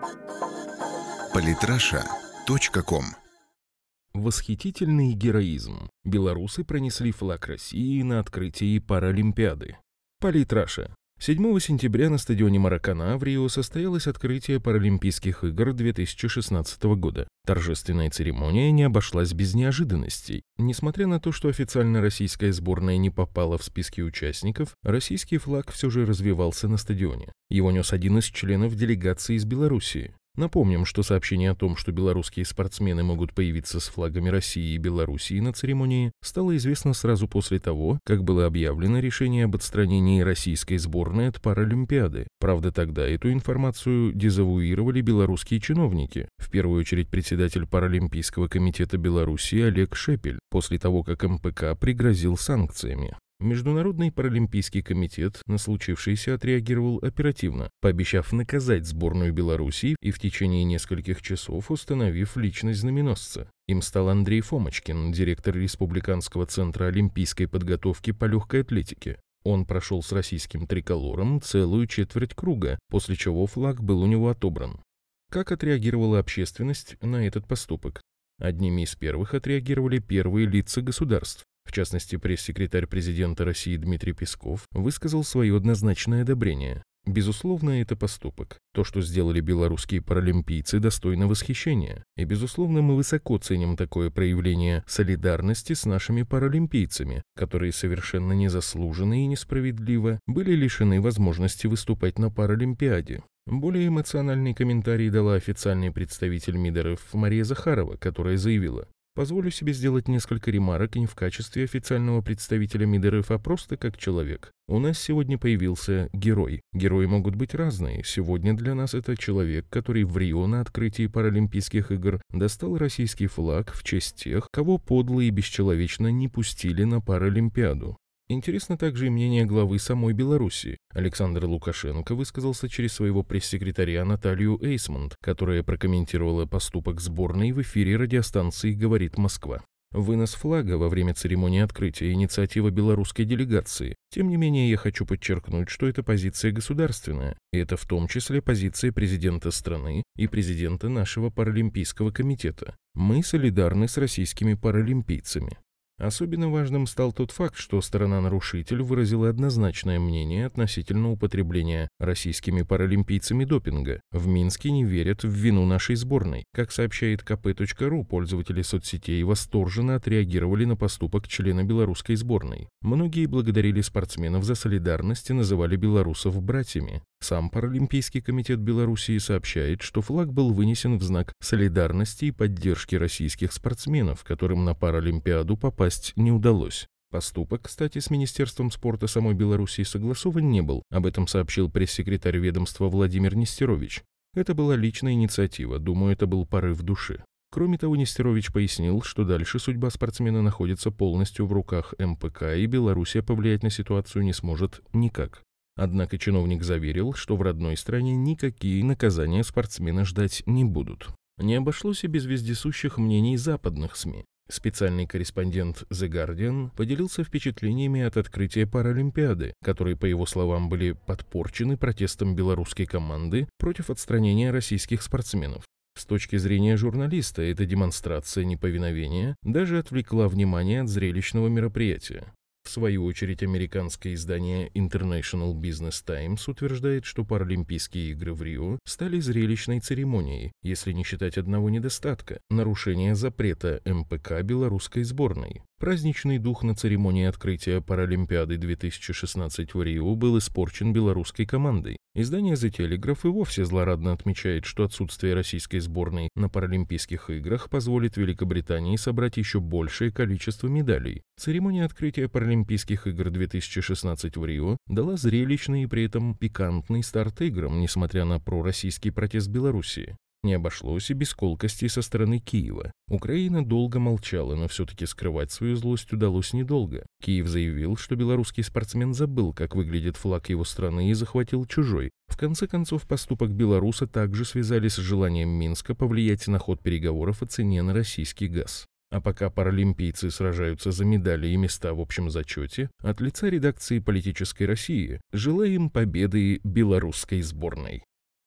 Политраша.ком. Восхитительный героизм. Белорусы пронесли флаг России на открытии Паралимпиады. Политраша. 7 сентября на стадионе Маракана в Рио состоялось открытие Паралимпийских игр 2016 года. Торжественная церемония не обошлась без неожиданностей. Несмотря на то, что официально российская сборная не попала в списки участников, российский флаг все же развевался на стадионе. Его нес один из членов делегации из Белоруссии. Напомним, что сообщение о том, что белорусские спортсмены могут появиться с флагами России и Белоруссии на церемонии, стало известно сразу после того, как было объявлено решение об отстранении российской сборной от Паралимпиады. Правда, тогда эту информацию дезавуировали белорусские чиновники, в первую очередь председатель Паралимпийского комитета Белоруссии Олег Шепель, после того, как МПК пригрозил санкциями. Международный паралимпийский комитет на случившееся отреагировал оперативно, пообещав наказать сборную Белоруссии и в течение нескольких часов установив личность знаменосца. Им стал Андрей Фомочкин, директор Республиканского центра олимпийской подготовки по легкой атлетике. Он прошел с российским триколором целую четверть круга, после чего флаг был у него отобран. Как отреагировала общественность на этот поступок? Одними из первых отреагировали первые лица государств. В частности, пресс-секретарь президента России Дмитрий Песков высказал свое однозначное одобрение. Безусловно, это поступок. То, что сделали белорусские паралимпийцы, достойно восхищения. И, безусловно, мы высоко ценим такое проявление солидарности с нашими паралимпийцами, которые совершенно незаслуженно и несправедливо были лишены возможности выступать на Паралимпиаде. Более эмоциональный комментарий дала официальный представитель МИД РФ Мария Захарова, которая заявила: «Позволю себе сделать несколько ремарок не в качестве официального представителя МИД РФ, а просто как человек. У нас сегодня появился герой. Герои могут быть разные. Сегодня для нас это человек, который в Рио на открытии Паралимпийских игр достал российский флаг в честь тех, кого подло и бесчеловечно не пустили на Паралимпиаду». Интересно также и мнение главы самой Белоруссии. Александр Лукашенко высказался через своего пресс-секретаря Наталью Эйсмонт, которая прокомментировала поступок сборной в эфире радиостанции «Говорит Москва». Вынос флага во время церемонии открытия – инициатива белорусской делегации. Тем не менее, я хочу подчеркнуть, что это позиция государственная, и это в том числе позиция президента страны и президента нашего Паралимпийского комитета. Мы солидарны с российскими паралимпийцами. Особенно важным стал тот факт, что сторона-нарушитель выразила однозначное мнение относительно употребления российскими паралимпийцами допинга. В Минске не верят в вину нашей сборной. Как сообщает kp.ru, пользователи соцсетей восторженно отреагировали на поступок члена белорусской сборной. Многие благодарили спортсменов за солидарность и называли белорусов братьями. Сам Паралимпийский комитет Белоруссии сообщает, что флаг был вынесен в знак солидарности и поддержки российских спортсменов, которым на Паралимпиаду попасть не удалось. Поступок, кстати, с Министерством спорта самой Белоруссии согласован не был, об этом сообщил пресс-секретарь ведомства Владимир Нестерович. Это была личная инициатива, думаю, это был порыв души. Кроме того, Нестерович пояснил, что дальше судьба спортсмена находится полностью в руках МПК, и Белоруссия повлиять на ситуацию не сможет никак. Однако чиновник заверил, что в родной стране никакие наказания спортсмена ждать не будут. Не обошлось и без вездесущих мнений западных СМИ. Специальный корреспондент The Guardian поделился впечатлениями от открытия Паралимпиады, которые, по его словам, были подпорчены протестом белорусской команды против отстранения российских спортсменов. С точки зрения журналиста, эта демонстрация неповиновения даже отвлекла внимание от зрелищного мероприятия. В свою очередь, американское издание International Business Times утверждает, что Паралимпийские игры в Рио стали зрелищной церемонией, если не считать одного недостатка – нарушения запрета МПК белорусской сборной. Праздничный дух на церемонии открытия Паралимпиады 2016 в Рио был испорчен белорусской командой. Издание The Telegraph и вовсе злорадно отмечает, что отсутствие российской сборной на Паралимпийских играх позволит Великобритании собрать еще большее количество медалей. Церемония открытия Паралимпийских игр 2016 в Рио дала зрелищный и при этом пикантный старт играм, несмотря на пророссийский протест Белоруссии. Не обошлось и без колкостей со стороны Киева. Украина долго молчала, но все-таки скрывать свою злость удалось недолго. Киев заявил, что белорусский спортсмен забыл, как выглядит флаг его страны, и захватил чужой. В конце концов, поступок белоруса также связали с желанием Минска повлиять на ход переговоров о цене на российский газ. А пока паралимпийцы сражаются за медали и места в общем зачете, от лица редакции «Политической России» желаем победы белорусской сборной.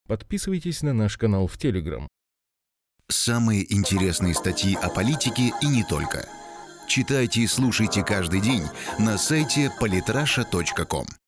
Подписывайтесь на наш канал в Telegram. Самые интересные статьи о политике и не только. Читайте и слушайте каждый день на сайте polytrasha.com.